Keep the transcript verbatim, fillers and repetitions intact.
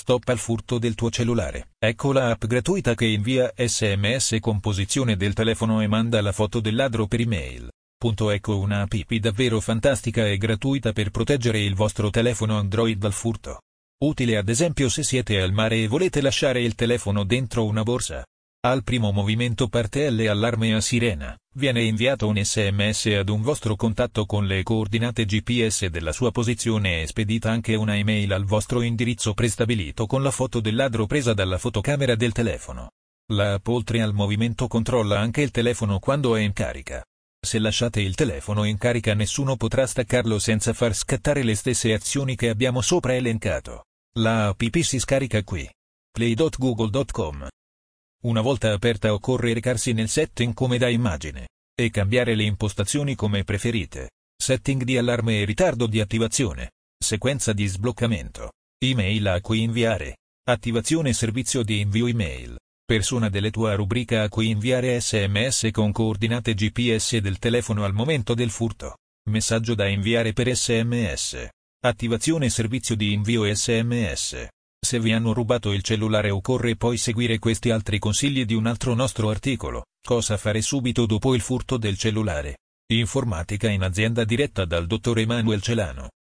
stop al furto del tuo cellulare. Ecco la app gratuita che invia S M S con posizione del telefono e manda la foto del ladro per email. Punto ecco una app davvero fantastica e gratuita per proteggere il vostro telefono Android dal furto. Utile ad esempio se siete al mare e volete lasciare il telefono dentro una borsa. Al primo movimento parte l'allarme a sirena, viene inviato un S M S ad un vostro contatto con le coordinate G P S della sua posizione e spedita anche una email al vostro indirizzo prestabilito con la foto del ladro presa dalla fotocamera del telefono. L'app oltre al movimento controlla anche il telefono quando è in carica. Se lasciate il telefono in carica nessuno potrà staccarlo senza far scattare le stesse azioni che abbiamo sopra elencato. La app si scarica qui. play punto google punto com. Una volta aperta occorre recarsi nel setting come da immagine e cambiare le impostazioni come preferite. Setting di allarme e ritardo di attivazione. Sequenza di sbloccamento. Email a cui inviare. Attivazione servizio di invio email. Persona della tua rubrica a cui inviare S M S con coordinate G P S del telefono al momento del furto. Messaggio da inviare per S M S. Attivazione servizio di invio S M S. Se vi hanno rubato il cellulare occorre poi seguire questi altri consigli di un altro nostro articolo. Cosa fare subito dopo il furto del cellulare. Informatica in azienda diretta dal dottor Emanuel Celano.